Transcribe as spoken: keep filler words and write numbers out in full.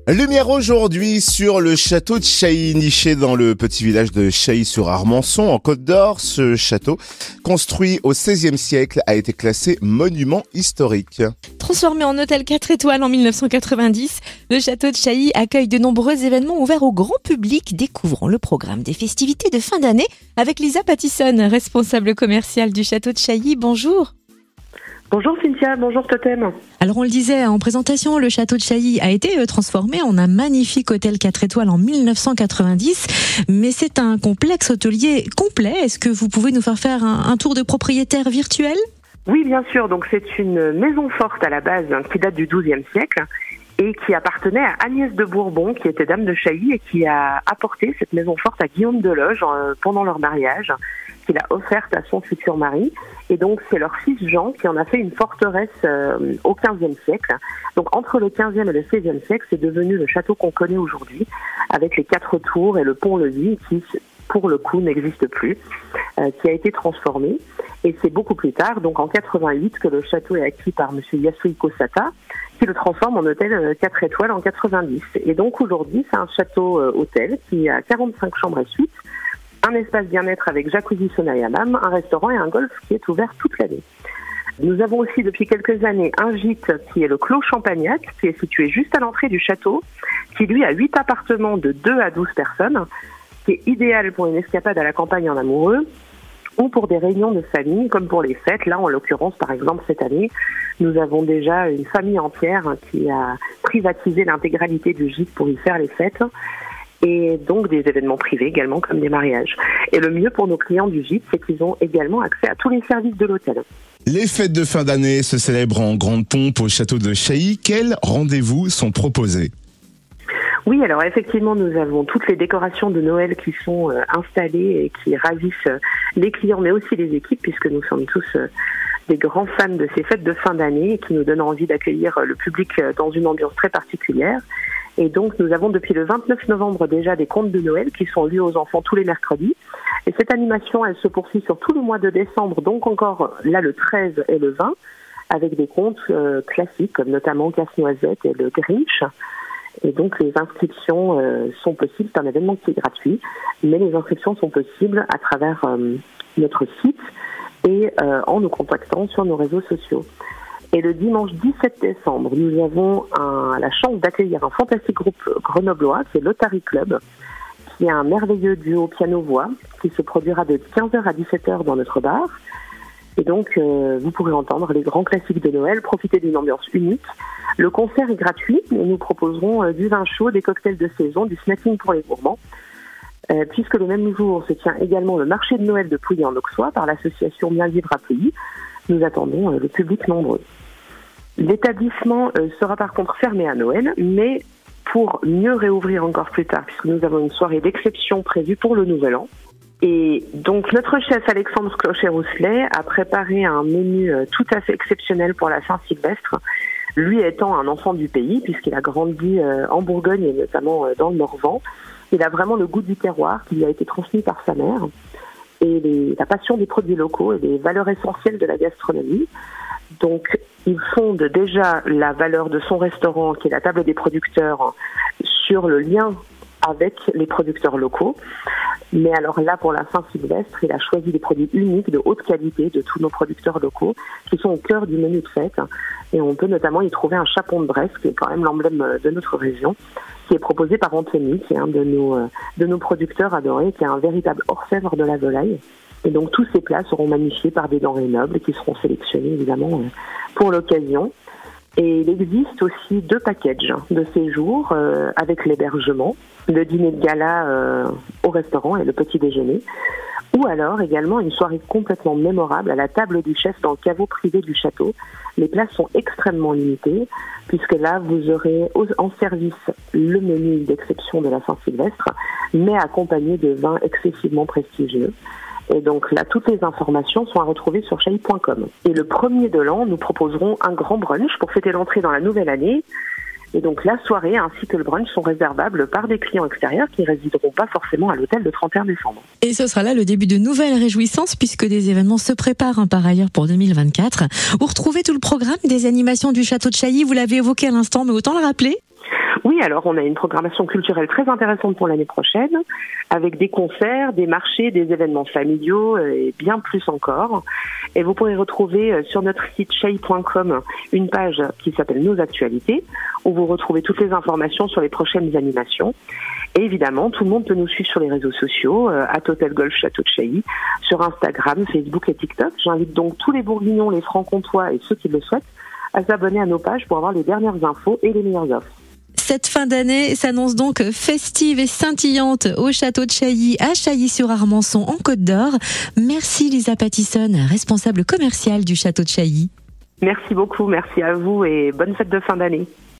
Lumière aujourd'hui sur le château de Chailly, niché dans le petit village de Chailly-sur-Armançon, en Côte d'Or. Ce château, construit au seizième siècle, a été classé monument historique. Transformé en hôtel quatre étoiles en mille neuf cent quatre-vingt-dix, le château de Chailly accueille de nombreux événements ouverts au grand public, découvrant le programme des festivités de fin d'année avec Lisa Pattison, responsable commerciale du château de Chailly. Bonjour. Bonjour Cynthia, bonjour Totem. Alors on le disait en présentation, le château de Chailly a été transformé en un magnifique hôtel quatre étoiles en mille neuf cent quatre-vingt-dix, mais c'est un complexe hôtelier complet. Est-ce que vous pouvez nous faire faire un, un tour de propriétaire virtuel ? Oui, bien sûr. Donc c'est une maison forte à la base qui date du douzième siècle et qui appartenait à Agnès de Bourbon, qui était dame de Chailly et qui a apporté cette maison forte à Guillaume de Loge pendant leur mariage, qu'il a offerte à son futur mari. Et donc c'est leur fils Jean qui en a fait une forteresse euh, au quinzième siècle. Donc entre le quinzième et le seizième siècle, c'est devenu le château qu'on connaît aujourd'hui, avec les quatre tours et le pont-levis qui, pour le coup, n'existe plus, euh, qui a été transformé. Et c'est beaucoup plus tard, donc en quatre-vingt-huit, que le château est acquis par M. Yasuhiko Sata, qui le transforme en hôtel quatre étoiles en quatre-vingt-dix. Et donc aujourd'hui, c'est un château-hôtel euh, qui a quarante-cinq chambres et suites, un espace bien-être avec jacuzzi, sauna et hammam, un restaurant et un golf qui est ouvert toute l'année. Nous avons aussi depuis quelques années un gîte qui est le Clos Champagnac, qui est situé juste à l'entrée du château, qui lui a huit appartements de deux à douze personnes, qui est idéal pour une escapade à la campagne en amoureux, ou pour des réunions de famille, comme pour les fêtes. Là, en l'occurrence, par exemple, cette année, nous avons déjà une famille entière qui a privatisé l'intégralité du gîte pour y faire les fêtes, et donc des événements privés également, comme des mariages. Et le mieux pour nos clients du gîte, c'est qu'ils ont également accès à tous les services de l'hôtel. Les fêtes de fin d'année se célèbrent en grande pompe au château de Chailly. Quels rendez-vous sont proposés ? Oui, alors effectivement, nous avons toutes les décorations de Noël qui sont euh, installées et qui ravissent euh, les clients, mais aussi les équipes, puisque nous sommes tous euh, des grands fans de ces fêtes de fin d'année et qui nous donnent envie d'accueillir euh, le public euh, dans une ambiance très particulière. Et donc, nous avons depuis le vingt-neuf novembre déjà des contes de Noël qui sont lus aux enfants tous les mercredis. Et cette animation, elle se poursuit sur tout le mois de décembre, donc encore là le treize et le vingt, avec des contes euh, classiques, comme notamment Casse-Noisette et le Grinch. Et donc, les inscriptions euh, sont possibles. C'est un événement qui est gratuit, mais les inscriptions sont possibles à travers euh, notre site et euh, en nous contactant sur nos réseaux sociaux. Et le dimanche dix-sept décembre, nous avons un, la chance d'accueillir un fantastique groupe grenoblois, qui est l'Otari Club, qui est un merveilleux duo piano-voix, qui se produira de quinze heures à dix-sept heures dans notre bar. Et donc, euh, vous pourrez entendre les grands classiques de Noël, profiter d'une ambiance unique. Le concert est gratuit et nous proposerons euh, du vin chaud, des cocktails de saison, du snacking pour les gourmands. Euh, puisque le même jour se tient également le marché de Noël de Pouilly en Auxois par l'association Bien Vivre à Pouilly. Nous attendons euh, le public nombreux. L'établissement euh, sera par contre fermé à Noël, mais pour mieux réouvrir encore plus tard, puisque nous avons une soirée d'exception prévue pour le Nouvel An. Et donc notre chef Alexandre Clocher-Rousselet a préparé un menu euh, tout à fait exceptionnel pour la Saint-Sylvestre, lui étant un enfant du pays, puisqu'il a grandi euh, en Bourgogne et notamment euh, dans le Morvan. Il a vraiment le goût du terroir qui lui a été transmis par sa mère, et les, la passion des produits locaux et des valeurs essentielles de la gastronomie. Donc, il fonde déjà la valeur de son restaurant, qui est la table des producteurs, sur le lien avec les producteurs locaux. Mais alors là, pour la Saint-Sylvestre, il a choisi des produits uniques, de haute qualité, de tous nos producteurs locaux, qui sont au cœur du menu de fête. Et on peut notamment y trouver un chapon de Bresse, qui est quand même l'emblème de notre région, qui est proposé par Anthony, qui est un de nos, de nos producteurs adorés, qui est un véritable orfèvre de la volaille. Et donc tous ces plats seront magnifiés par des denrées nobles qui seront sélectionnés évidemment pour l'occasion. Et il existe aussi deux packages de séjour euh, avec l'hébergement, le dîner de gala euh, au restaurant et le petit déjeuner, ou alors également une soirée complètement mémorable à la table du chef dans le caveau privé du château. Les places sont extrêmement limitées, puisque là vous aurez en service le menu d'exception de la Saint-Sylvestre, mais accompagné de vins excessivement prestigieux. Et donc là, toutes les informations sont à retrouver sur chailly point com. Et le premier de l'an, nous proposerons un grand brunch pour fêter l'entrée dans la nouvelle année. Et donc la soirée ainsi que le brunch sont réservables par des clients extérieurs qui ne résideront pas forcément à l'hôtel le trente et un décembre. Et ce sera là le début de nouvelles réjouissances puisque des événements se préparent hein, par ailleurs pour deux mille vingt-quatre. Vous retrouvez tout le programme des animations du château de Chailly, vous l'avez évoqué à l'instant, mais autant le rappeler. Oui, alors on a une programmation culturelle très intéressante pour l'année prochaine, avec des concerts, des marchés, des événements familiaux et bien plus encore. Et vous pourrez retrouver sur notre site chai point com une page qui s'appelle Nos Actualités, où vous retrouvez toutes les informations sur les prochaines animations. Et évidemment, tout le monde peut nous suivre sur les réseaux sociaux, euh, à Hôtel Golf Château de Chailly, sur Instagram, Facebook et TikTok. J'invite donc tous les Bourguignons, les Francs-Comtois et ceux qui le souhaitent à s'abonner à nos pages pour avoir les dernières infos et les meilleures offres. Cette fin d'année s'annonce donc festive et scintillante au château de Chailly, à Chailly-sur-Armançon, en Côte d'Or. Merci Lisa Pattison, responsable commerciale du château de Chailly. Merci beaucoup, merci à vous et bonne fête de fin d'année.